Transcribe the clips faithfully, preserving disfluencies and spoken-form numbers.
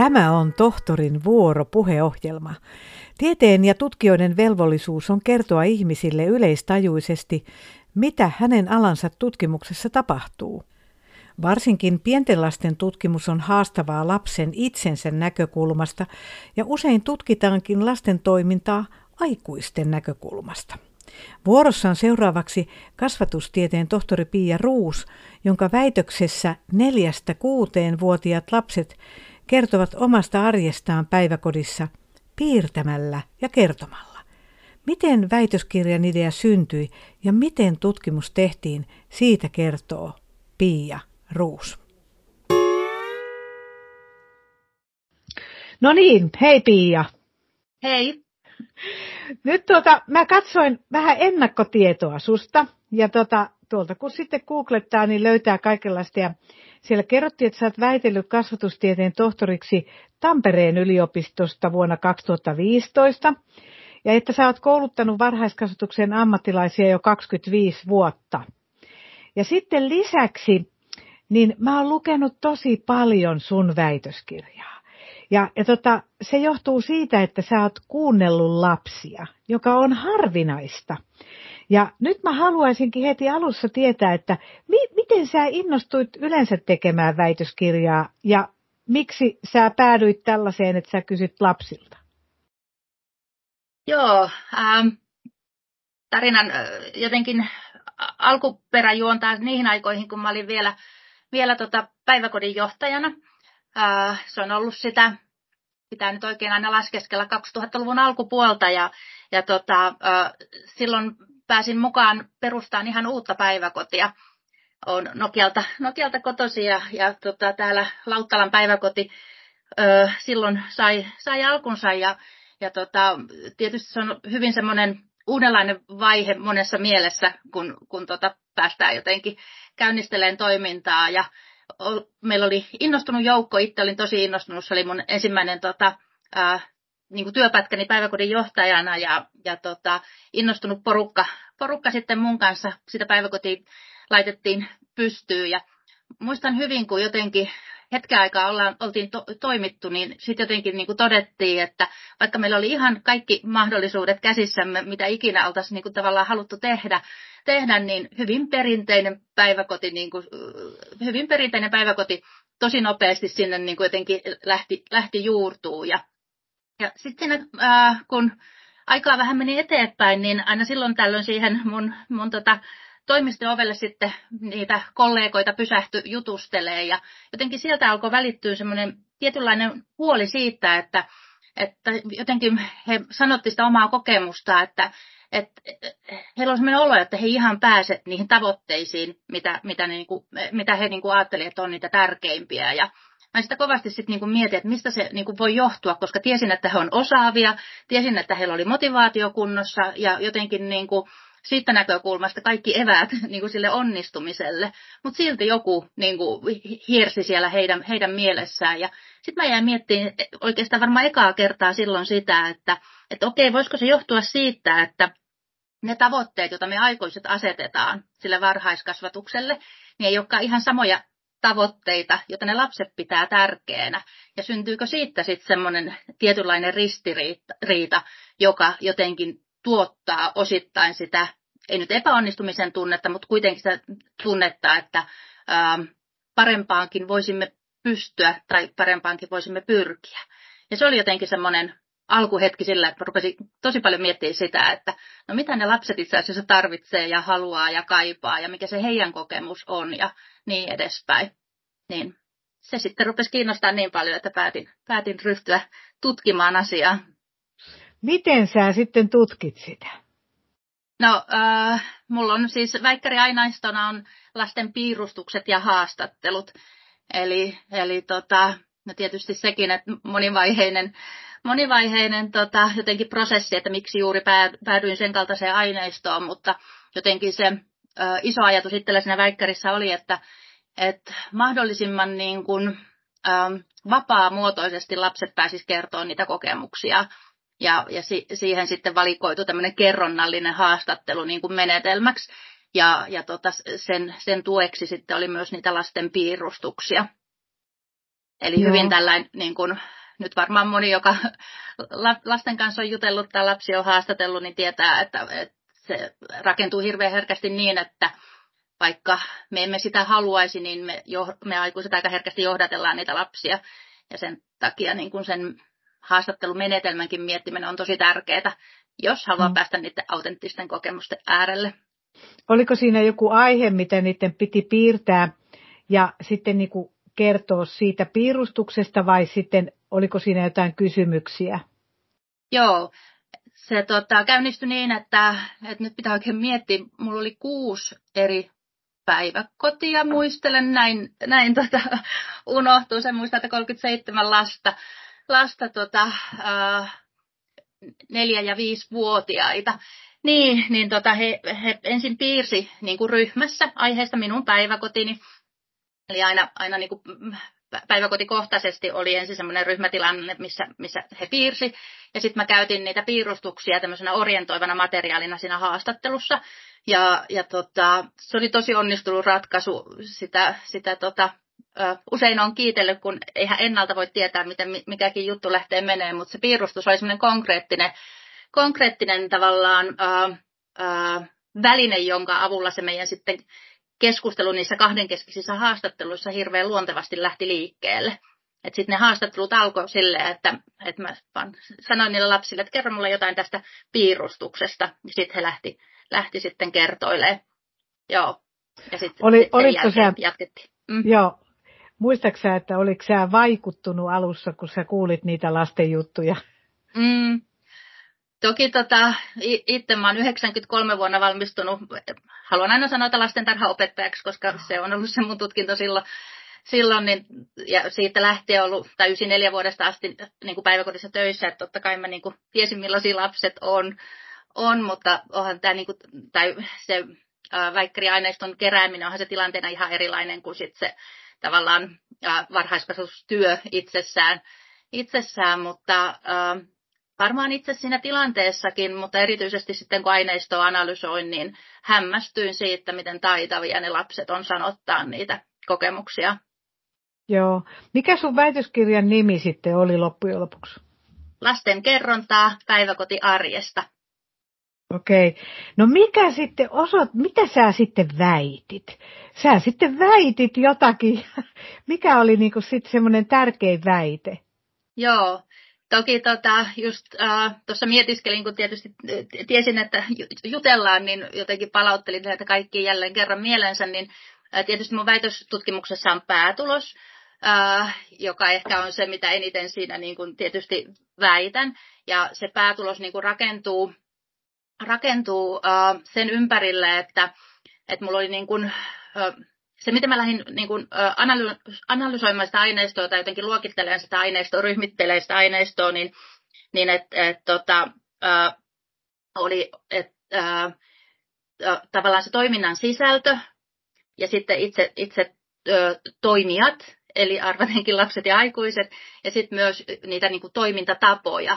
Tämä on tohtorin vuoropuheohjelma. Tieteen ja tutkijoiden velvollisuus on kertoa ihmisille yleistajuisesti, mitä hänen alansa tutkimuksessa tapahtuu. Varsinkin pienten lasten tutkimus on haastavaa lapsen itsensä näkökulmasta ja usein tutkitaankin lasten toimintaa aikuisten näkökulmasta. Vuorossa on seuraavaksi kasvatustieteen tohtori Pia Roos, jonka väitöksessä neljästä kuuteenvuotiaat lapset kertovat omasta arjestaan päiväkodissa piirtämällä ja kertomalla. Miten väitöskirjan idea syntyi ja miten tutkimus tehtiin, siitä kertoo Pia Roos. No niin, hei Pia. Hei. Nyt tuota, mä katsoin vähän ennakkotietoa susta ja tuota, tuolta kun sitten googlettaa, niin löytää kaikenlaista. Ja siellä kerrottiin, että sä oot väitellyt kasvatustieteen tohtoriksi Tampereen yliopistosta vuonna kaksituhattaviisitoista ja että sä oot kouluttanut varhaiskasvatuksen ammattilaisia jo kaksikymmentäviisi vuotta. Ja sitten lisäksi, niin mä oon lukenut tosi paljon sun väitöskirjaa. Ja, ja tota, se johtuu siitä, että sä oot kuunnellut lapsia, joka on harvinaista. Ja nyt mä haluaisinkin heti alussa tietää, että mi- miten sä innostuit yleensä tekemään väitöskirjaa ja miksi sä päädyit tällaiseen, että sä kysyt lapsilta? Joo, ähm, tarinan äh, jotenkin alkuperä juontaa niihin aikoihin, kun mä olin vielä, vielä tota päiväkodin johtajana. Äh, se on ollut sitä, pitää nyt oikein aina laskeskella kaksituhattaluvun alkupuolta ja, ja tota, äh, silloin pääsin mukaan perustamaan ihan uutta päiväkotia. Olen Nokialta, Nokialta kotoisin ja, ja tota, täällä Lauttalan päiväkoti ö, silloin sai, sai alkunsa. Ja, ja tota, tietysti se on hyvin semmoinen uudenlainen vaihe monessa mielessä, kun, kun tota, päästään jotenkin käynnistelemään toimintaa. Ja o, meillä oli innostunut joukko, itse olin tosi innostunut, se oli mun ensimmäinen tota, ää, niin kuin työpätkäni päiväkodin johtajana ja, ja tota, innostunut porukka, porukka sitten mun kanssa sitä päiväkotia laitettiin pystyyn. Ja muistan hyvin, kun jotenkin hetken aikaa ollaan, oltiin to, toimittu, niin sitten jotenkin niin kuin todettiin, että vaikka meillä oli ihan kaikki mahdollisuudet käsissämme, mitä ikinä oltaisiin niin kuin tavallaan haluttu tehdä, tehdä, niin hyvin perinteinen päiväkoti, niin kuin, hyvin perinteinen päiväkoti tosi nopeasti sinne niin kuin jotenkin lähti, lähti juurtuu. Ja Ja sitten äh, kun aikaa vähän meni eteenpäin, niin aina silloin tällöin siihen mun, mun tota, toimiston ovelle sitten niitä kollegoita pysähtyi jutustelee. Ja jotenkin sieltä alkoi välittyä semmoinen tietynlainen huoli siitä, että, että jotenkin he sanottiin sitä omaa kokemusta, että, että heillä on semmoinen olo, että he ihan pääse niihin tavoitteisiin, mitä, mitä, ne, niin kuin, mitä he niin kuin ajattelivat, että on niitä tärkeimpiä. Ja mä sitä kovasti sitten niinku mietin, että mistä se niinku voi johtua, koska tiesin, että he on osaavia, tiesin, että heillä oli motivaatio kunnossa ja jotenkin niinku siitä näkökulmasta kaikki eväät niinku sille onnistumiselle, mutta silti joku niinku hiersi siellä heidän, heidän mielessään. Ja sitten mä jäin miettimään oikeastaan varmaan ekaa kertaa silloin sitä, että, että okei, voisiko se johtua siitä, että ne tavoitteet, joita me aikuiset asetetaan sille varhaiskasvatukselle, niin ei olekaan ihan samoja tavoitteita, joita ne lapset pitää tärkeänä. Ja syntyykö siitä sitten semmoinen tietynlainen ristiriita, joka jotenkin tuottaa osittain sitä, ei nyt epäonnistumisen tunnetta, mutta kuitenkin sitä tunnetta, että ää, parempaankin voisimme pystyä tai parempaankin voisimme pyrkiä. Ja se oli jotenkin semmoinen alkuhetki sillä, että rupesin tosi paljon miettimään sitä, että no mitä ne lapset itse asiassa tarvitsee ja haluaa ja kaipaa ja mikä se heidän kokemus on ja niin edespäin. Niin se sitten rupesi kiinnostaa niin paljon, että päätin, päätin ryhtyä tutkimaan asiaa. Miten sä sitten tutkit sitä? No, äh, mulla on siis väikkäriaineistona on lasten piirustukset ja haastattelut. Eli, eli tota, no tietysti sekin, että monivaiheinen, monivaiheinen tota, jotenkin prosessi, että miksi juuri päädyin sen kaltaiseen aineistoon, mutta jotenkin se äh, iso ajatus itsellä siinä väikkärissä oli, että että mahdollisimman niin kuin, ähm, vapaamuotoisesti lapset pääsisivät kertomaan niitä kokemuksia. Ja, ja si, siihen sitten valikoitu tämmöinen kerronnallinen haastattelu niin kuin menetelmäksi. Ja, ja tota, sen, sen tueksi sitten oli myös niitä lasten piirustuksia. Eli Joo. hyvin tällainen, niin kuin, nyt varmaan moni, joka lasten kanssa on jutellut tai lapsi on haastatellut, niin tietää, että, että se rakentuu hirveän herkästi niin, että vaikka me emme sitä haluaisi, niin me, jo, me aikuiset aika herkästi johdatellaan niitä lapsia. Ja sen takia niin kuin sen haastattelumenetelmänkin miettiminen on tosi tärkeää, jos haluaa mm. päästä niiden autenttisten kokemusten äärelle. Oliko siinä joku aihe, mitä niiden piti piirtää ja sitten niin kuin kertoa siitä piirustuksesta vai sitten oliko siinä jotain kysymyksiä? Joo, se tota, käynnistyi niin, että, että nyt pitää oikein miettiä. Mulla oli kuusi eri päiväkotia, muistelen, näin, näin tota, unohtuu. Sen muistaa, että kolmekymmentäseitsemän lasta, lasta tota, äh, neljä- ja viisivuotiaita. Niin, niin tota, he, he ensin piirsi niin kuin ryhmässä aiheesta minun päiväkotini. Eli aina, aina niin kuin päiväkotikohtaisesti oli ensin semmoinen ryhmätilanne, missä, missä he piirsi. Ja sitten mä käytin niitä piirustuksia tämmöisenä orientoivana materiaalina siinä haastattelussa. Ja, ja tota, se oli tosi onnistunut ratkaisu. Sitä, sitä tota, ö, usein on kiitellyt, kun eihän ennalta voi tietää, miten mikäkin juttu lähtee menee. Mutta se piirustus oli semmoinen konkreettinen, konkreettinen tavallaan ö, ö, väline, jonka avulla se meidän sitten keskustelu niissä kahdenkeskisissä haastatteluissa hirveän luontevasti lähti liikkeelle. Sitten ne haastattelut alkoi silleen, että, että mä vaan sanoin niille lapsille, että kerro mulle jotain tästä piirustuksesta. Ja sitten he lähti, lähti sitten kertoilemaan. Joo. Ja sitten Oli, sit sen jälkeen sä, jatkettiin. Mm. Joo. Muistatko sä, että oliko sä vaikuttunut alussa, kun sä kuulit niitä lasten juttuja? Mm. Toki tota, itse mä oon yhdeksänkymmentäkolme vuonna valmistunut, haluan aina sanoa, että lastentarhaopettajaksi, koska se on ollut se mun tutkinto silloin, silloin niin, ja siitä lähtien ollut, tai yhdeksänkymmentäneljä vuodesta asti niin kuin päiväkodissa töissä, että totta kai mä niin kuin tiesin millaisia lapset on, on mutta onhan tämä niin kuin, tai se ää, väikkäriaineiston kerääminen, onhan se tilanteena ihan erilainen kuin sit se tavallaan ää, varhaiskasvatustyö itsessään, itsessään mutta ää, varmaan itse siinä tilanteessakin, mutta erityisesti sitten kun aineistoa analysoin, niin hämmästyin siitä, miten taitavia ne lapset on sanottaa niitä kokemuksia. Joo. Mikä sun väitöskirjan nimi sitten oli loppujen lopuksi? Lasten kerrontaa päiväkotiarjesta. Okei. No mikä sitten osoit, mitä sä sitten väitit? Sä sitten väitit jotakin. Mikä oli niinku sitten semmoinen tärkein väite? Joo. Toki tota, just äh, tuossa mietiskelin, kun tietysti tiesin, että jutellaan, niin jotenkin palauttelin näitä kaikkia jälleen kerran mielensä, niin äh, tietysti mun väitöstutkimuksessa on päätulos, äh, joka ehkä on se, mitä eniten siinä niin kun tietysti väitän. Ja se päätulos niin kun rakentuu, rakentuu äh, sen ympärille, että, että mulla oli niin kun, äh, se, miten mä lähdin niin kuin, analysoimaan sitä aineistoa tai jotenkin luokittelemaan sitä aineistoa, ryhmittelemään sitä aineistoa, niin, niin että et, tota, ä, oli et, ä, tavallaan se toiminnan sisältö ja sitten itse, itse ä, toimijat, eli arvatenkin lapset ja aikuiset, ja sitten myös niitä niin kuin, toimintatapoja.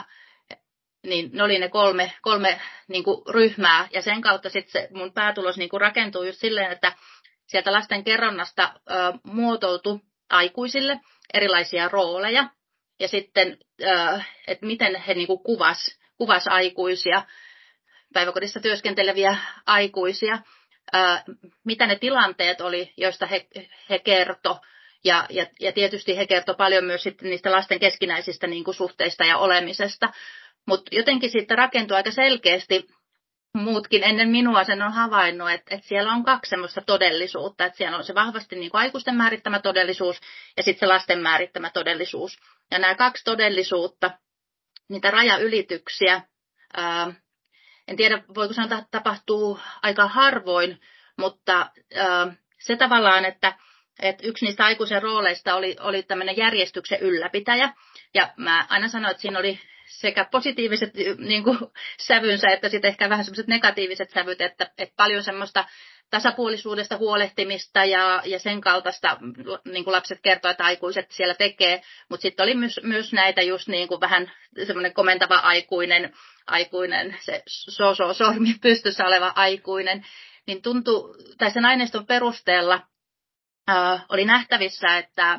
Niin ne oli ne kolme, kolme niin kuin, ryhmää, ja sen kautta sitten se mun päätulos niin kuin, rakentuu just silleen, että sieltä lasten kerronnasta ö, muotoutui aikuisille erilaisia rooleja ja sitten, ö, että miten he niin kuin kuvas, kuvas aikuisia, päiväkodissa työskenteleviä aikuisia, ö, mitä ne tilanteet oli, joista he, he kertoi. Ja, ja, ja tietysti he kertoi paljon myös sitten niistä lasten keskinäisistä niin kuin suhteista ja olemisesta, mutta jotenkin siitä rakentui aika selkeästi. Muutkin ennen minua sen on havainnut, että, että siellä on kaksi semmoista todellisuutta, että siellä on se vahvasti niin kuin aikuisten määrittämä todellisuus ja sitten se lasten määrittämä todellisuus. Ja nämä kaksi todellisuutta, niitä rajaylityksiä, ää, en tiedä voiko sanoa, että tapahtuu aika harvoin, mutta ää, se tavallaan, että, että yksi niistä aikuisen rooleista oli, oli tämmöinen järjestyksen ylläpitäjä ja mä aina sanoin, että siinä oli sekä positiiviset niin kuin, sävynsä, että sitten ehkä vähän semmoiset negatiiviset sävyt, että, että paljon semmoista tasapuolisuudesta huolehtimista ja, ja sen kaltaista, niin kuin lapset kertoo, että aikuiset siellä tekee, mutta sitten oli myös, myös näitä just niin kuin vähän semmoinen komentava aikuinen, aikuinen se so-so-sormi pystyssä oleva aikuinen, niin tuntui, tai sen aineiston perusteella äh, oli nähtävissä, että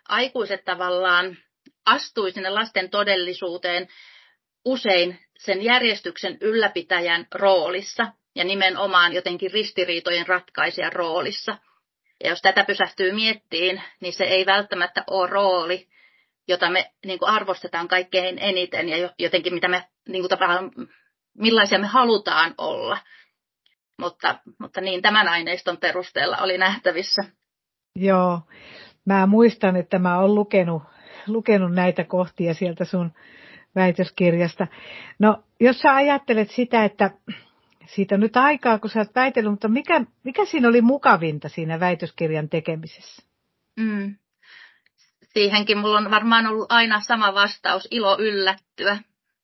aikuiset tavallaan astui sinne lasten todellisuuteen usein sen järjestyksen ylläpitäjän roolissa ja nimenomaan jotenkin ristiriitojen ratkaisijan roolissa. Ja jos tätä pysähtyy miettiin, niin se ei välttämättä ole rooli, jota me niin kuin arvostetaan kaikkein eniten ja jotenkin mitä me, niin kuin tavallaan, millaisia me halutaan olla. Mutta, mutta niin tämän aineiston perusteella oli nähtävissä. Joo, mä muistan, että mä oon lukenut, lukenut näitä kohtia sieltä sun väitöskirjasta. No, jos sä ajattelet sitä, että siitä on nyt aikaa, kun sä oot väitellyt, mutta mikä, mikä siinä oli mukavinta siinä väitöskirjan tekemisessä? Mm. Siihenkin mulla on varmaan ollut aina sama vastaus, ilo yllättyä.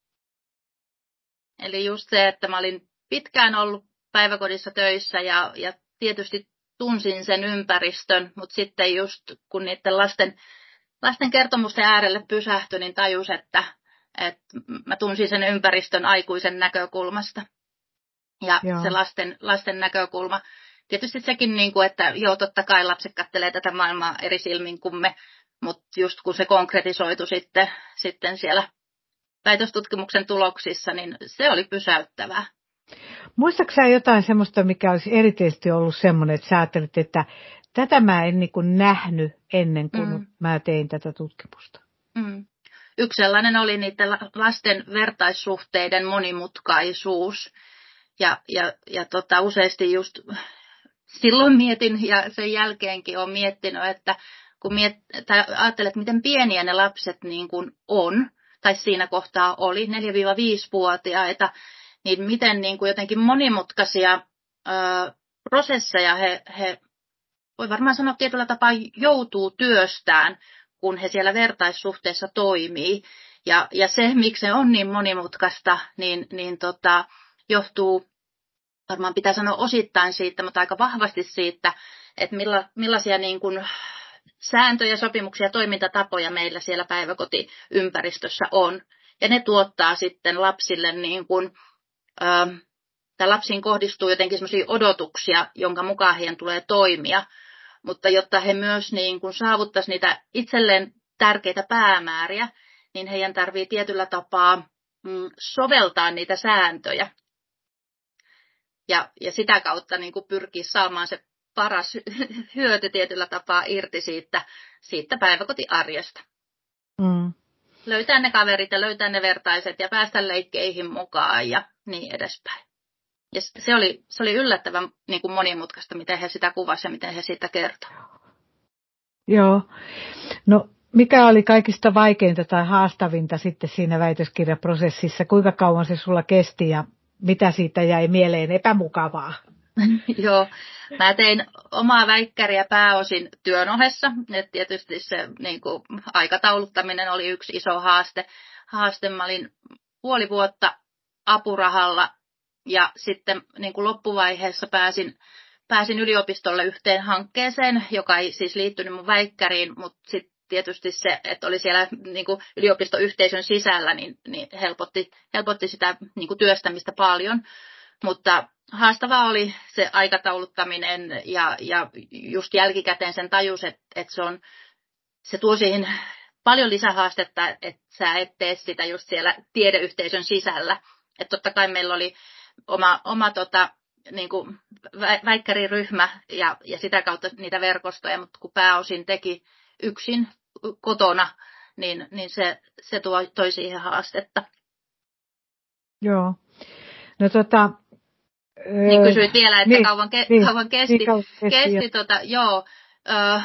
Eli just se, että mä olin pitkään ollut päiväkodissa töissä ja, ja tietysti tunsin sen ympäristön, mutta sitten just kun niiden lasten, lasten kertomusten äärelle pysähtyi, niin tajus, että, että mä tunsin sen ympäristön aikuisen näkökulmasta. Ja joo. se lasten, lasten näkökulma, tietysti sekin, niin kuin, että joo, totta kai lapset katselee tätä maailmaa eri silmin kuin me, mutta just kun se konkretisoitu sitten, sitten siellä väitöstutkimuksen tuloksissa, niin se oli pysäyttävää. Muistatko sä jotain semmoista, mikä olisi erityisesti ollut semmoinen, että sä ajattelit, että tätä mä en niin kuin nähnyt ennen kuin mm. mä tein tätä tutkimusta? Mm. Yksi sellainen oli niiden lasten vertaissuhteiden monimutkaisuus. Ja, ja, ja tota, useasti just silloin mietin ja sen jälkeenkin olen miettinyt, että kun miet, tai ajattelet, miten pieniä ne lapset niin kuin on, tai siinä kohtaa oli neljä-viisi-vuotiaita, niin miten niin kuin jotenkin monimutkaisia ö, prosesseja he, he, voi varmaan sanoa tietyllä tapaa, joutuu työstään, kun he siellä vertaissuhteessa toimii. Ja, ja se, miksi se on niin monimutkaista, niin, niin tota, johtuu, varmaan pitää sanoa osittain siitä, mutta aika vahvasti siitä, että milla, millaisia niin kuin sääntöjä, sopimuksia, toimintatapoja meillä siellä päiväkotiympäristössä on. Ja ne tuottaa sitten lapsille, niin kuin, ö, tai lapsiin kohdistuu jotenkin sellaisia odotuksia, jonka mukaan heidän tulee toimia. Mutta jotta he myös niin kuin saavuttaisivat niitä itselleen tärkeitä päämääriä, niin heidän tarvitsee tietyllä tapaa mm, soveltaa niitä sääntöjä. Ja, ja sitä kautta niin kuin pyrkii saamaan se paras hyöty tietyllä tapaa irti siitä, siitä päiväkotiarjesta. Mm. Löytää ne kaverit ja löytää ne vertaiset ja päästä leikkeihin mukaan ja niin edespäin. Ja se oli, se oli yllättävän niin kuin monimutkaista, miten he sitä kuvasivat ja miten he siitä kertovat. Joo. No mikä oli kaikista vaikeinta tai haastavinta sitten siinä väitöskirjaprosessissa? Kuinka kauan se sulla kesti ja mitä siitä jäi mieleen epämukavaa? Joo, mä tein omaa väikkäriä pääosin työn ohessa. Et tietysti se niin kuin, aikatauluttaminen oli yksi iso haaste. haaste. Mä olin puoli vuotta apurahalla ja sitten niin kuin loppuvaiheessa pääsin, pääsin yliopistolle yhteen hankkeeseen, joka ei siis liittynyt mun väikkäriin, mutta sitten tietysti se, että oli siellä niin kuin yliopistoyhteisön sisällä, niin, niin helpotti, helpotti sitä niin kuin työstämistä paljon. Mutta haastavaa oli se aikatauluttaminen ja, ja just jälkikäteen sen tajus, että, että se, on, se tuo siihen paljon lisähaastetta, että sä et tee sitä just siellä tiedeyhteisön sisällä. Että totta kai meillä oli oma, oma tota, niin kuin väikkäriryhmä ja, ja sitä kautta niitä verkostoja, mutta kun pääosin teki yksin kotona, niin, niin se, se tuo, toi siihen haastetta. Joo. No tota... Niin kysyit vielä, että niin, kauan, ke, niin, kauan kesti. Niin kauan kesti, kesti tota, joo, ö,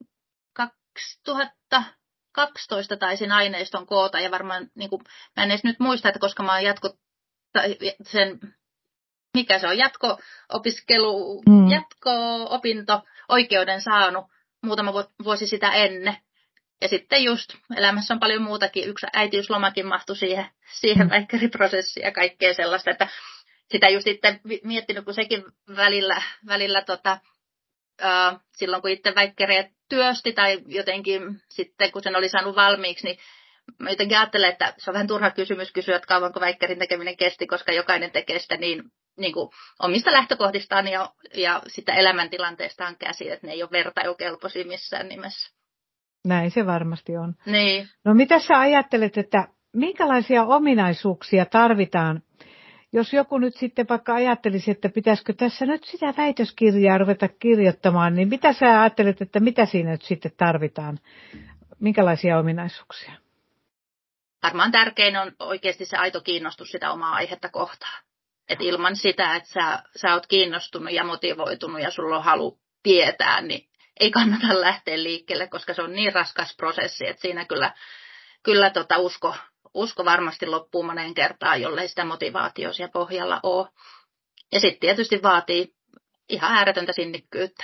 kaksituhattakaksitoista taisin aineiston koota ja varmaan, niin kuin, mä en edes nyt muista, että koska mä oon jatko, sen, mikä se on, jatko-opiskelu, mm. jatko-opinto-oikeuden saanut muutama vuosi sitä ennen. Ja sitten just elämässä on paljon muutakin. Yksi äitiyslomakin mahtui siihen, siihen väikkäriprosessiin ja kaikkea sellaista, että sitä just itse miettinyt, kun sekin välillä, välillä tota, ää, silloin kun itse väikkäriä työsti tai jotenkin sitten kun sen oli saanut valmiiksi, niin mä jotenkin ajattelen, että se on vähän turha kysymys kysyä, että kauanko väikkärin tekeminen kesti, koska jokainen tekee sitä niin, niin kuin omista lähtökohdistaan ja, ja sitä elämäntilanteestaan käsin, että ne ei ole vertailukelpoisia missään nimessä. Näin se varmasti on. Niin. No mitä sä ajattelet, että minkälaisia ominaisuuksia tarvitaan, jos joku nyt sitten vaikka ajattelisi, että pitäisikö tässä nyt sitä väitöskirjaa ruveta kirjoittamaan, niin mitä sä ajattelet, että mitä siinä nyt sitten tarvitaan? Minkälaisia ominaisuuksia? Varmaan tärkein on oikeasti se aito kiinnostus sitä omaa aihetta kohtaan. Et ilman sitä, että sä, sä oot kiinnostunut ja motivoitunut ja sulla on halu tietää, niin ei kannata lähteä liikkeelle, koska se on niin raskas prosessi, että siinä kyllä, kyllä tota usko, usko varmasti loppuu moneen kertaan, jollei sitä motivaatio siellä pohjalla ole. Ja sitten tietysti vaatii ihan ääretöntä sinnikkyyttä.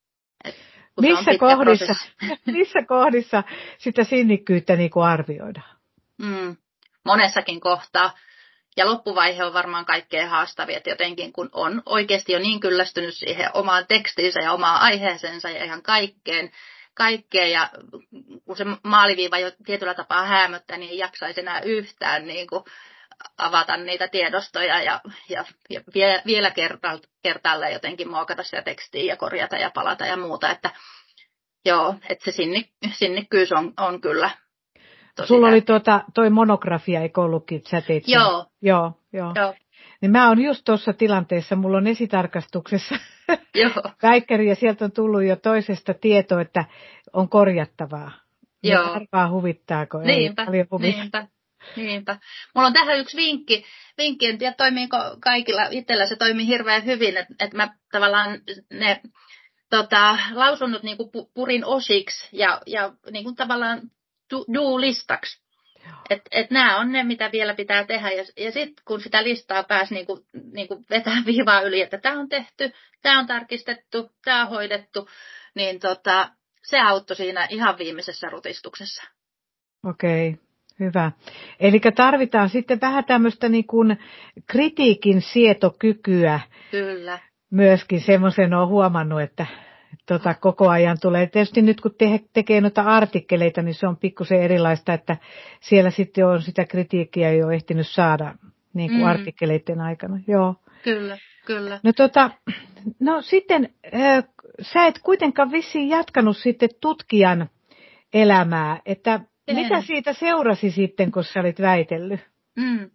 Missä kohdissa, missä kohdissa sitä sinnikkyyttä niin kuin arvioidaan? Mm, monessakin kohtaa. Ja loppuvaihe on varmaan kaikkein haastavia, että jotenkin kun on oikeasti jo niin kyllästynyt siihen omaan tekstiinsä ja omaan aiheeseensa ja ihan kaikkeen, kaikkeen ja kun se maaliviiva jo tietyllä tapaa häämöttää, niin ei jaksaisi enää yhtään niin kuin avata niitä tiedostoja ja, ja, ja vie, vielä kertaalleen jotenkin muokata sitä tekstiä ja korjata ja palata ja muuta. Että joo, että se sinnik, sinnikkyys on, on kyllä. Sulla oli tuota, toi monografia, eikö ollutkin, sä teit sen? Joo. Joo, joo. joo. Niin mä oon just tuossa tilanteessa, mulla on esitarkastuksessa väikkäri ja sieltä on tullut jo toisesta tietoa, että on korjattavaa. Joo. Niin arvaa huvittaako? Niinpä, niinpä, niinpä. Mulla on tähän yksi vinkki. Vinkki, en tiedä toimiiko kaikilla, itsellä se toimii hirveän hyvin, että et mä tavallaan ne tota, lausunnot niin kuin purin osiksi ja, ja niin kuin tavallaan do-listaksi. Että et nämä on ne, mitä vielä pitää tehdä. Ja, ja sitten kun sitä listaa pääsi niinku, niinku vetämään viivaa yli, että tämä on tehty, tämä on tarkistettu, tämä on hoidettu, niin tota, se auttoi siinä ihan viimeisessä rutistuksessa. Okei, hyvä. Eli tarvitaan sitten vähän tämmöistä niin kuin kritiikin sietokykyä. Kyllä. Myöskin semmoisen olen huomannut, että Tota, koko ajan tulee. Tietysti nyt kun te- tekee noita artikkeleita, niin se on pikkusen erilaista, että siellä sitten on sitä kritiikkiä jo ehtinyt saada niin kuin mm. artikkeleiden aikana. Joo. Kyllä, kyllä. No, tota, no sitten äh, sä et kuitenkaan vissiin jatkanut sitten tutkijan elämää, että en. Mitä siitä seurasi sitten, kun sä olit väitellyt? Mm.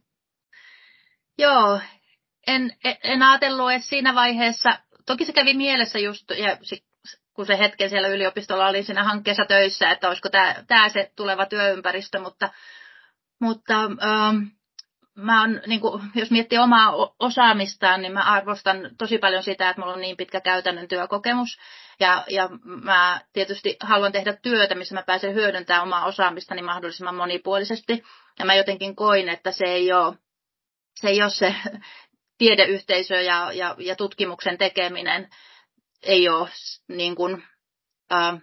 Joo, en, en ajatellut, että siinä vaiheessa, toki se kävi mielessä just, ja kun se hetken siellä yliopistolla oli siinä hankkeessa töissä, että olisiko tämä, tämä se tuleva työympäristö, mutta, mutta ähm, mä on, niin kuin, jos miettii omaa osaamistaan, niin mä arvostan tosi paljon sitä, että mulla on niin pitkä käytännön työkokemus, ja, ja mä tietysti haluan tehdä työtä, missä mä pääsen hyödyntämään omaa osaamistani mahdollisimman monipuolisesti, ja mä jotenkin koin, että se ei ole se, ei ole se tiedeyhteisö ja, ja, ja tutkimuksen tekeminen, ei ole, niin kuin, ää,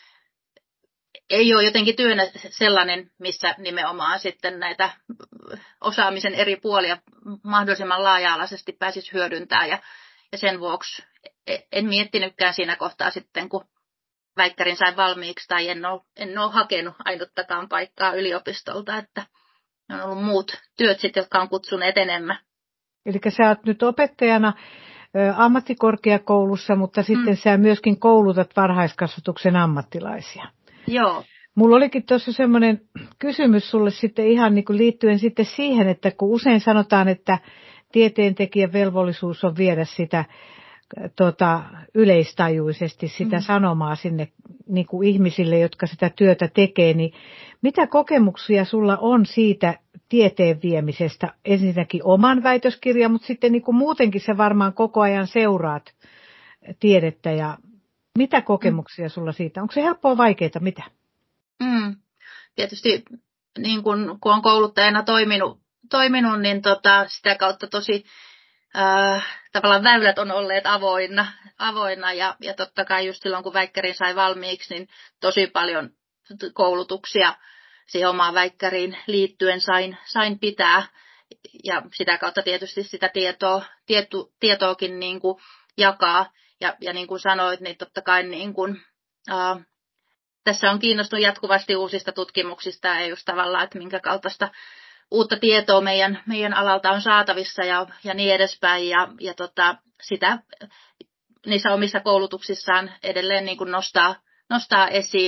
ei ole jotenkin työnä sellainen, missä nimenomaan sitten näitä osaamisen eri puolia mahdollisimman laaja-alaisesti pääsisi hyödyntämään. Ja, ja sen vuoksi en miettinytkään siinä kohtaa sitten, kun väikkärin sain valmiiksi tai en ole, en ole hakenut ainuttakaan paikkaa yliopistolta, että on ollut muut työt sitten, jotka on kutsuneet enemmän. Eli sä oot nyt opettajana ammattikorkeakoulussa, mutta sitten mm. sä myöskin koulutat varhaiskasvatuksen ammattilaisia. Joo. Mulla olikin tuossa semmoinen kysymys sulle sitten ihan niin kuin liittyen sitten siihen, että kun usein sanotaan, että tieteentekijän velvollisuus on viedä sitä tota, yleistajuisesti sitä mm. sanomaa sinne niin kuin ihmisille, jotka sitä työtä tekee, niin mitä kokemuksia sulla on siitä tieteen viemisestä? Ensinnäkin oman väitöskirjan, mutta sitten niin kuin muutenkin sä varmaan koko ajan seuraat tiedettä ja mitä kokemuksia sulla siitä? Onko se helppoa vaikeaa? Mitä? Mm. Tietysti niin kun, kun on kouluttajana toiminut, toiminut niin tota, sitä kautta tosi äh, tavallaan väylät on olleet avoinna, avoinna ja, ja totta kai just silloin kun väikkärin sai valmiiksi, niin tosi paljon koulutuksia siihen omaan väikkäriin liittyen sain, sain pitää ja sitä kautta tietysti sitä tietoa, tietu, tietoakin niin kuin jakaa. Ja, ja niin kuin sanoit, niin totta kai niin kuin, ää, tässä on kiinnostunut jatkuvasti uusista tutkimuksista ja just tavallaan, että minkä kaltaista uutta tietoa meidän, meidän alalta on saatavissa ja, ja niin edespäin. Ja, ja tota, sitä niissä omissa koulutuksissaan edelleen niin kuin nostaa, nostaa esiin.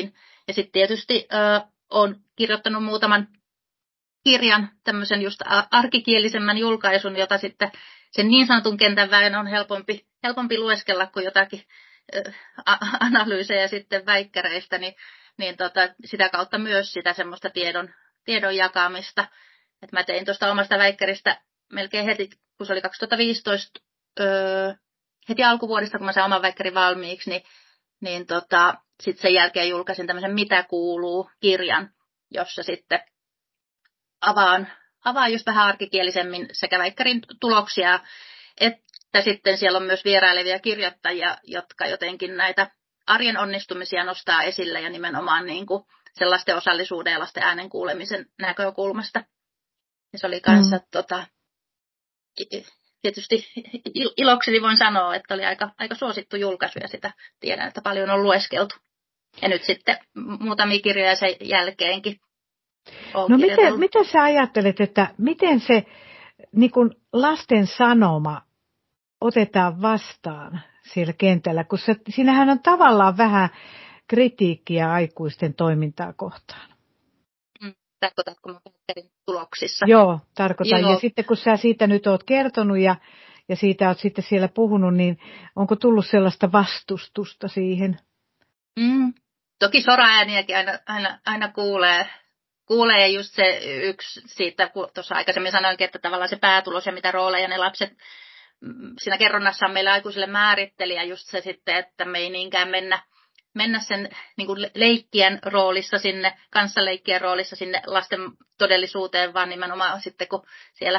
Ja sitten tietysti ö, olen kirjoittanut muutaman kirjan, tämmöisen just arkikielisemmän julkaisun, jota sitten sen niin sanotun kentän väen on helpompi, helpompi lueskella kuin jotakin ö, analyysejä sitten väikkäreistä, niin, niin tota, sitä kautta myös sitä semmoista tiedon, tiedon jakamista. Et mä tein tuosta omasta väikkäristä melkein heti, kun se oli kaksituhattaviisitoista, öö, heti alkuvuodesta, kun mä sain oman väikkärin valmiiksi, niin, niin tota, sitten sen jälkeen julkaisin tämmöisen Mitä kuuluu -kirjan, jossa sitten avaan, avaan just vähän arkikielisemmin sekä väikkärin tuloksia, että sitten siellä on myös vierailevia kirjoittajia, jotka jotenkin näitä arjen onnistumisia nostaa esille ja nimenomaan niin kuin sen lasten osallisuuden ja lasten äänen kuulemisen näkökulmasta. Ja se oli kanssa, mm. tota, tietysti ilokseni voin sanoa, että oli aika, aika suosittu julkaisu ja sitä tiedän, että paljon on lueskeltu. Ja nyt sitten muutamia kirjoja sen jälkeenkin. No miten, mitä sä ajattelet, että miten se niin kun lasten sanoma otetaan vastaan siellä kentällä, kun se, siinähän on tavallaan vähän kritiikkiä aikuisten toimintaa kohtaan. Tarkoitatko mä väikkärin tuloksissa? Joo, tarkoitan. Joo. Ja sitten kun sä siitä nyt oot kertonut ja, ja siitä oot sitten siellä puhunut, niin onko tullut sellaista vastustusta siihen? Mm. Toki soraääniäkin aina, aina, aina kuulee. Kuulee just se yksi siitä, kun tuossa aikaisemmin sanoinkin, että tavallaan se päätulos ja mitä rooleja ne lapset siinä kerronnassa on meillä aikuisille määritteli ja just se sitten, että me ei niinkään mennä mennä sen niin kuin leikkien roolissa sinne, kanssaleikkien roolissa sinne lasten todellisuuteen, vaan nimenomaan sitten kun siellä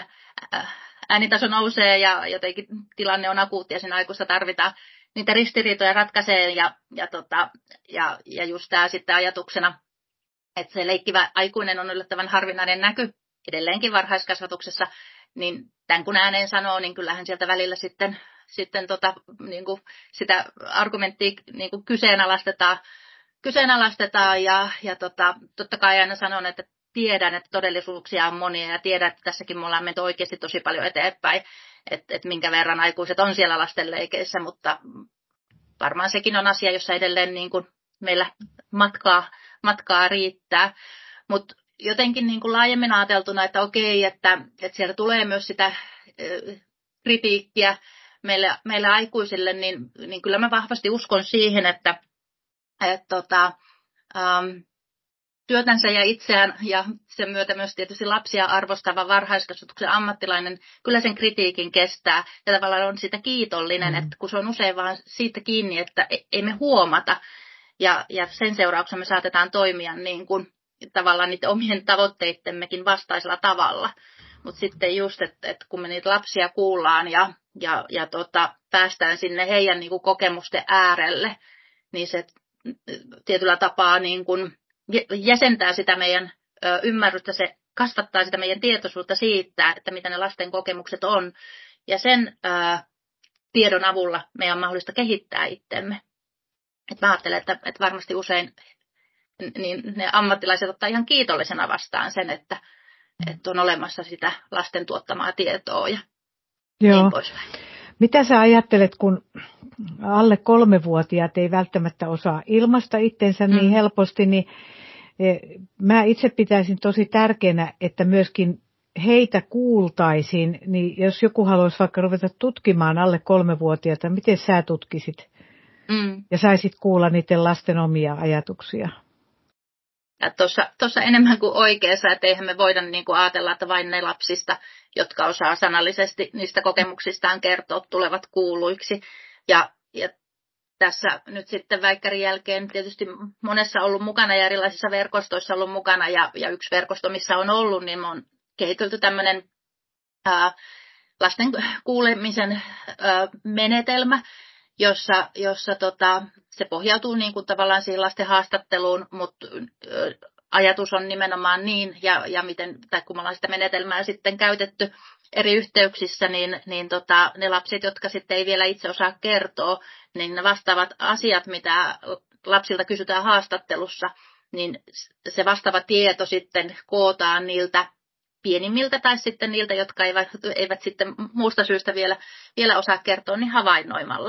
äänitaso nousee ja jotenkin tilanne on akuutti ja siinä aikuista tarvitaan niitä ristiriitoja ratkaisee ja, ja, tota, ja, ja just tämä sitten ajatuksena, että se leikkivä aikuinen on yllättävän harvinainen näky edelleenkin varhaiskasvatuksessa, niin tämän kun ääneen sanoo, niin kyllähän sieltä välillä sitten sitten tota, niin kuin sitä argumenttia niin kuin kyseenalaistetaan, kyseenalaistetaan ja, ja tota, totta kai aina sanon, että tiedän, että todellisuuksia on monia ja tiedän, että tässäkin me ollaan menty oikeasti tosi paljon eteenpäin, että, että minkä verran aikuiset on siellä lastenleikeissä, mutta varmaan sekin on asia, jossa edelleen niin kuin meillä matkaa, matkaa riittää, mutta jotenkin niin kuin laajemmin ajateltuna, että okei, että, että sieltä tulee myös sitä äh, kritiikkiä, Meille, meille aikuisille, niin, niin kyllä mä vahvasti uskon siihen, että et, tota, ähm, työtänsä ja itseään ja sen myötä myös tietysti lapsia arvostava varhaiskasvatuksen ammattilainen, kyllä sen kritiikin kestää ja tavallaan on siitä kiitollinen, mm. että kun se on usein vaan siitä kiinni, että ei me huomata ja, ja sen seurauksena me saatetaan toimia niin kuin tavallaan niiden omien tavoitteittemmekin vastaisella tavalla. Mutta sitten just, että et kun me niitä lapsia kuullaan ja, ja, ja tota, päästään sinne heidän niinku kokemusten äärelle, niin se tietyllä tapaa niinku jäsentää sitä meidän ö, ymmärrystä, se kasvattaa sitä meidän tietoisuutta siitä, että mitä ne lasten kokemukset on. Ja sen ö, tiedon avulla meidän on mahdollista kehittää itsemme. Et mä ajattelen, että, että varmasti usein niin ne ammattilaiset ottaa ihan kiitollisena vastaan sen, että että on olemassa sitä lasten tuottamaa tietoa ja Joo. niin poispäin. Mitä sä ajattelet, kun alle kolmevuotiaat ei välttämättä osaa ilmaista itsensä mm. niin helposti, niin mä itse pitäisin tosi tärkeänä, että myöskin heitä kuultaisiin, niin jos joku haluaisi vaikka ruveta tutkimaan alle kolmevuotiaita, miten sä tutkisit mm. ja saisit kuulla niiden lasten omia ajatuksia? Tuossa enemmän kuin oikeassa, että eihän me voida niin kuin ajatella, että vain ne lapsista, jotka osaa sanallisesti niistä kokemuksistaan kertoa, tulevat kuuluiksi. Ja, ja tässä nyt sitten väikkärin jälkeen tietysti monessa ollut mukana ja erilaisissa verkostoissa ollut mukana. Ja, ja yksi verkosto, missä on ollut, niin me on kehitelty tämmöinen ää, lasten kuulemisen ää, menetelmä, jossa, jossa tota, se pohjautuu niin kuin tavallaan siihen lasten haastatteluun, mutta ö, ajatus on nimenomaan niin, ja, ja miten, tai kun me ollaan sitä menetelmää sitten käytetty eri yhteyksissä, niin, niin tota, ne lapset, jotka sitten ei vielä itse osaa kertoa, niin ne vastaavat asiat, mitä lapsilta kysytään haastattelussa, niin se vastaava tieto sitten kootaan niiltä pienimmiltä tai sitten niiltä, jotka eivät, eivät sitten muusta syystä vielä, vielä osaa kertoa, niin havainnoimalla.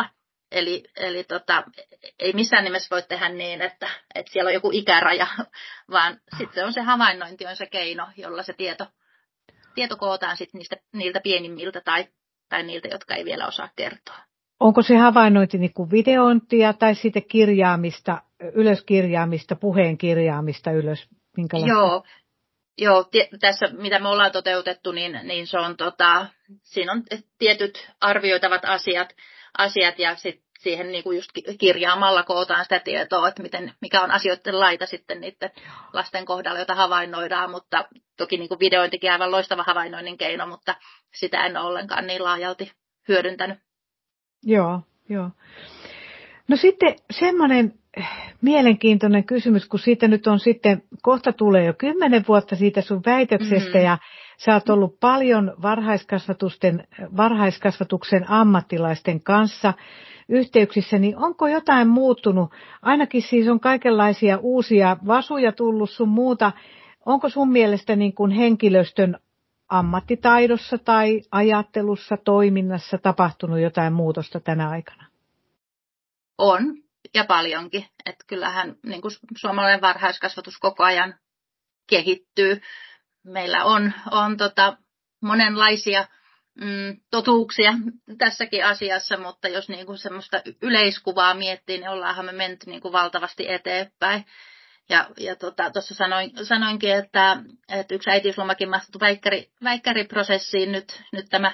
Eli, eli tota, ei missään nimessä voi tehdä niin, että, että siellä on joku ikäraja, vaan sitten on se havainnointi on se keino, jolla se tieto, tieto kootaan sit niistä, niiltä pienimmiltä tai, tai niiltä, jotka ei vielä osaa kertoa. Onko se havainnointi niin kuin videointia tai sitten kirjaamista, ylöskirjaamista, puheen kirjaamista ylös? Minkälaista? Joo, joo t- tässä mitä me ollaan toteutettu, niin, niin se on, tota, siinä on tietyt arvioitavat asiat, asiat ja sitten siihen niin kuin just kirjaamalla kootaan sitä tietoa, että miten, mikä on asioiden laita sitten niiden lasten kohdalla, joita havainnoidaan, mutta toki niin kuin videointikin aivan loistava havainnoinnin keino, mutta sitä en ole ollenkaan niin laajalti hyödyntänyt. Joo, joo. No sitten semmoinen mielenkiintoinen kysymys, kun siitä nyt on sitten, kohta tulee jo kymmenen vuotta siitä sun väitöksestä mm-hmm. ja sä oot ollut paljon varhaiskasvatusten, varhaiskasvatuksen ammattilaisten kanssa yhteyksissä, niin onko jotain muuttunut? Ainakin siis on kaikenlaisia uusia vasuja tullut sun muuta. Onko sun mielestä niin kuin henkilöstön ammattitaidossa tai ajattelussa, toiminnassa tapahtunut jotain muutosta tänä aikana? On, ja paljonkin. Että kyllähän niin kuin suomalainen varhaiskasvatus koko ajan kehittyy. Meillä on, on tota, monenlaisia mm, totuuksia tässäkin asiassa, mutta jos niin kuin semmoista yleiskuvaa miettii, niin ollaanhan me menty niin kuin valtavasti eteenpäin. Ja, ja tuossa tota, sanoin, sanoinkin, että, että yksi äitiyslomakin mahtui väikkäri, väikkäriprosessiin. Nyt, nyt tämä,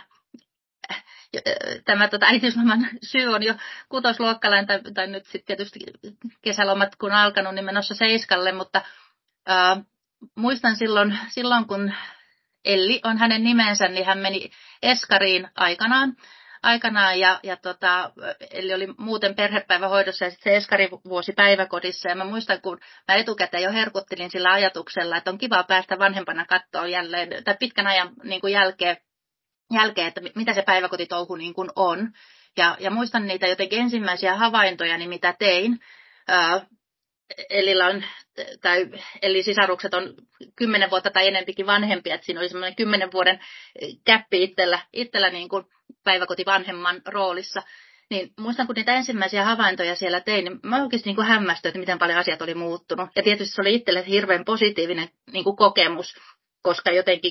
tämä tota, äitiysloman syy on jo kutosluokkalainen, tai, tai nyt sitten tietysti kesälomat kun on alkanut, niin menossa seiskalle. Mutta ää, muistan silloin, silloin, kun Elli on hänen nimensä, niin hän meni Eskariin aikanaan. aikanaan ja, ja tota, eli oli muuten perhepäivähoidossa ja sitten se eskarivuosi päiväkodissa. Ja mä muistan, kun mä etukäteen jo herkuttelin sillä ajatuksella, että on kiva päästä vanhempana katsoa jälleen, tai pitkän ajan niin kuin jälkeen, jälkeen, että mitä se päiväkotitouhu niin kuin on. Ja, ja muistan niitä jotenkin ensimmäisiä havaintoja, niin mitä tein. Ää, Elillä on, tai eli sisarukset on kymmenen vuotta tai enempikin vanhempia, että siinä oli semmoinen kymmenen vuoden käppi itsellä, itsellä niin kuin päiväkotivanhemman roolissa. Niin muistan, kun niitä ensimmäisiä havaintoja siellä tein, niin mä oikeasti niin kuin hämmästyin, että miten paljon asiat oli muuttunut. Ja tietysti se oli itselle hirveän positiivinen niin kuin kokemus, koska jotenkin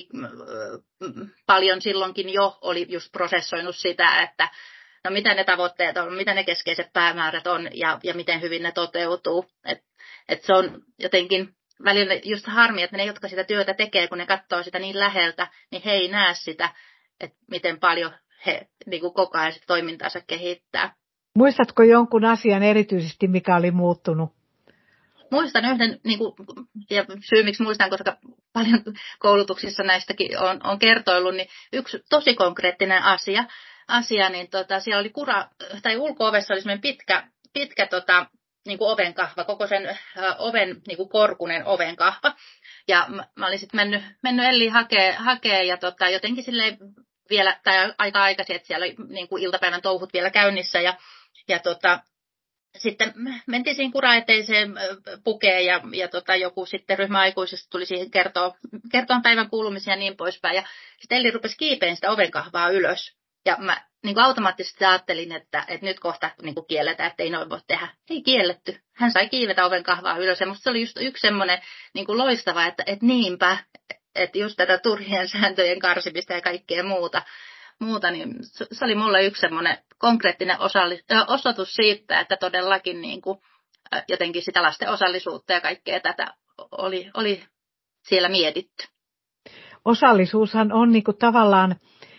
paljon silloinkin jo oli just prosessoinut sitä, että no mitä ne tavoitteet on, mitä ne keskeiset päämäärät on ja, ja miten hyvin ne toteutuu. Et, et se on jotenkin välillä just harmi, että ne, jotka sitä työtä tekee, kun ne katsoo sitä niin läheltä, niin he ei näe sitä, että miten paljon he niin kuin koko ajan sitä toimintaansa kehittää. Muistatko jonkun asian erityisesti, mikä oli muuttunut? Muistan yhden, niin kuin, ja syy miksi muistan, koska paljon koulutuksissa näistäkin on, on kertoillut, niin yksi tosi konkreettinen asia, asia niin tota, siellä oli kura, tai ulko-ovessa oli semmoinen pitkä, pitkä tota, niin kuin ovenkahva, koko sen ö, oven, niin kuin korkunen ovenkahva. Ja mä, mä olin sitten mennyt, mennyt Elliin hakee, hakee ja tota, jotenkin silleen vielä, tai aika aikaisin, että siellä oli niin kuin iltapäivän touhut vielä käynnissä, ja, ja tota, sitten mentiin siihen kuraeteiseen pukeen ja, ja tota, joku sitten ryhmäaikuisesta tuli siihen kertoa, kertoa päivän kuulumisia ja niin poispäin. Ja sitten Elli rupesi kiipeen sitä ovenkahvaa ylös. Ja mä niin kuin automaattisesti ajattelin, että, että nyt kohta niin kuin kielletään, että ei noin voi tehdä. Ei kielletty. Hän sai kiivetä ovenkahvaa ylös. Ja musta se oli just yksi semmoinen niin kuin loistava, että, että niinpä, että just tätä turhien sääntöjen karsimista ja kaikkea muuta. muuta, niin se oli mulle yksi semmoinen konkreettinen osalli- osoitus siitä, että todellakin niin kuin, jotenkin sitä lasten osallisuutta ja kaikkea tätä oli, oli siellä mietitty. Osallisuushan on niin kuin tavallaan,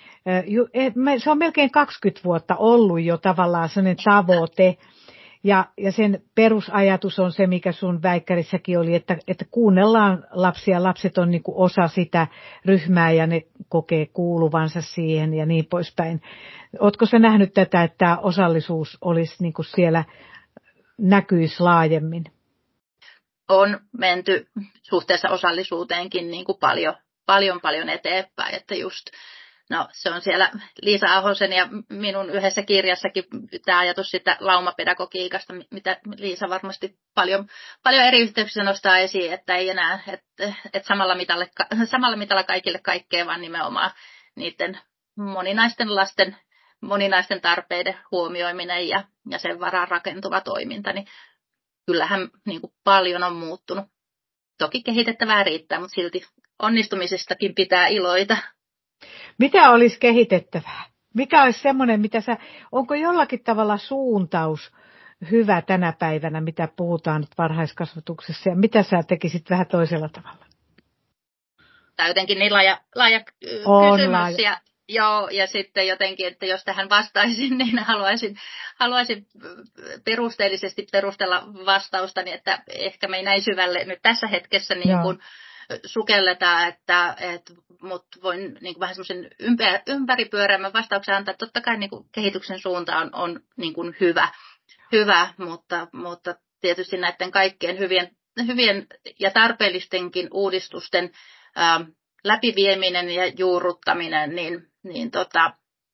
se on melkein kaksikymmentä vuotta ollut jo tavallaan sellainen tavoite. Ja, ja sen perusajatus on se, mikä sun väikkärissäkin oli, että, että kuunnellaan lapsia. Lapset on niin kuin osa sitä ryhmää ja ne kokee kuuluvansa siihen ja niin poispäin. Ootko sä nähnyt tätä, että tämä osallisuus olisi niin kuin siellä näkyisi laajemmin? On menty suhteessa osallisuuteenkin niin kuin paljon, paljon, paljon eteenpäin, että just no, se on siellä Liisa Ahosen ja minun yhdessä kirjassakin tämä ajatus sitä laumapedagogiikasta, mitä Liisa varmasti paljon, paljon eri yhteyksissä nostaa esiin, että ei enää, että, että samalla, mitalle, samalla mitalla kaikille kaikkea, vaan nimenomaan niiden moninaisten lasten moninaisten tarpeiden huomioiminen ja, ja sen varaan rakentuva toiminta, niin kyllähän niin kuin paljon on muuttunut. Toki kehitettävää riittää, mutta silti onnistumisestakin pitää iloita. Mitä olisi kehitettävää? Mikä olisi semmoinen, mitä sä, onko jollakin tavalla suuntaus hyvä tänä päivänä, mitä puhutaan nyt varhaiskasvatuksessa, ja mitä sä tekisit vähän toisella tavalla? Tämä on jotenkin niin laaja, laaja on kysymys, laaja. Ja, joo, ja sitten jotenkin, että jos tähän vastaisin, niin haluaisin, haluaisin perusteellisesti perustella vastaustani, että ehkä me ei näin syvälle nyt tässä hetkessä niin kuin sukelletaan, että, että mutta voin niin kuin vähän semmoisen ympär, ympäripyöreämmän vastauksen antaa. Totta kai niin kuin kehityksen suunta on, on niin kuin hyvä, hyvä mutta, mutta tietysti näiden kaikkien hyvien, hyvien ja tarpeellistenkin uudistusten ää, läpivieminen ja juurruttaminen, niin, niin tota,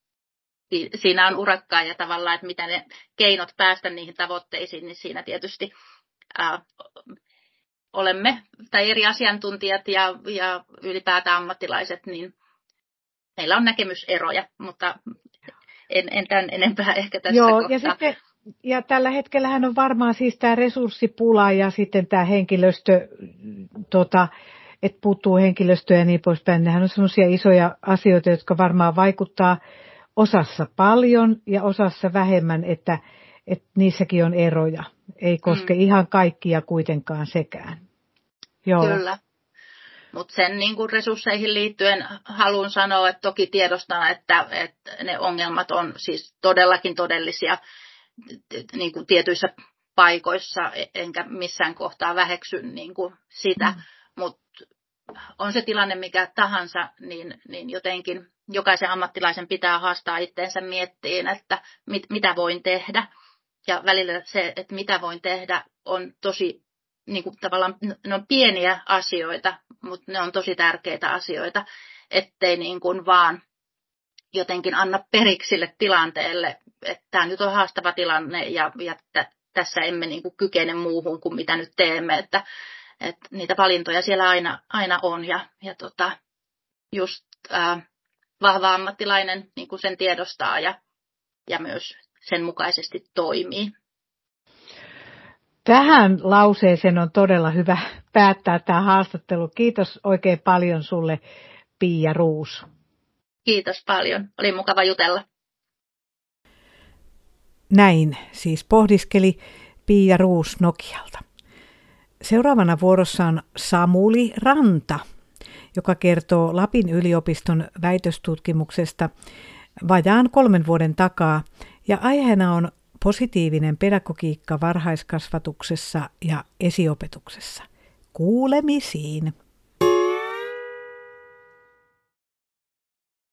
siinä on urakkaa ja tavallaan, että mitä ne keinot päästä niihin tavoitteisiin, niin siinä tietysti ää, olemme, tai eri asiantuntijat ja, ja ylipäätään ammattilaiset, niin meillä on näkemyseroja, mutta en, en tämän enempää ehkä tässä Joo, kohtaa. Ja, sitten, ja tällä hetkellähän on varmaan siis tämä resurssipula ja sitten tämä henkilöstö, tota, että puuttuu henkilöstöä ja niin poispäin. Nehän on sellaisia isoja asioita, jotka varmaan vaikuttaa osassa paljon ja osassa vähemmän, että, että niissäkin on eroja. Ei koske mm. ihan kaikkia kuitenkaan sekään. Joo. Kyllä. Mutta sen niin kuin resursseihin liittyen haluan sanoa, että toki tiedostan, että, että ne ongelmat on siis todellakin todellisia niin kuin tietyissä paikoissa, enkä missään kohtaa väheksy niin kuin sitä. Mm. Mutta on se tilanne mikä tahansa, niin, niin jotenkin jokaisen ammattilaisen pitää haastaa itteensä miettiin, että mit, mitä voin tehdä. Ja välillä se, että mitä voin tehdä, on tosi, niin kuin tavallaan, ne on pieniä asioita, mutta ne on tosi tärkeitä asioita, ettei niin kuin vaan jotenkin anna periksi sille tilanteelle, että tämä nyt on haastava tilanne ja, ja t- tässä emme niin kuin kykene muuhun kuin mitä nyt teemme, että, että niitä valintoja siellä aina, aina on ja, ja tota, just ää, vahva ammattilainen niin kuin sen tiedostaa ja, ja myös sen mukaisesti toimii. Tähän lauseeseen on todella hyvä päättää tämä haastattelu. Kiitos oikein paljon sulle, Pia Roos. Kiitos paljon. Oli mukava jutella. Näin siis pohdiskeli Pia Roos Nokialta. Seuraavana vuorossa on Samuli Ranta, joka kertoo Lapin yliopiston väitöstutkimuksesta vajaan kolmen vuoden takaa, ja aiheena on positiivinen pedagogiikka varhaiskasvatuksessa ja esiopetuksessa. Kuulemisiin!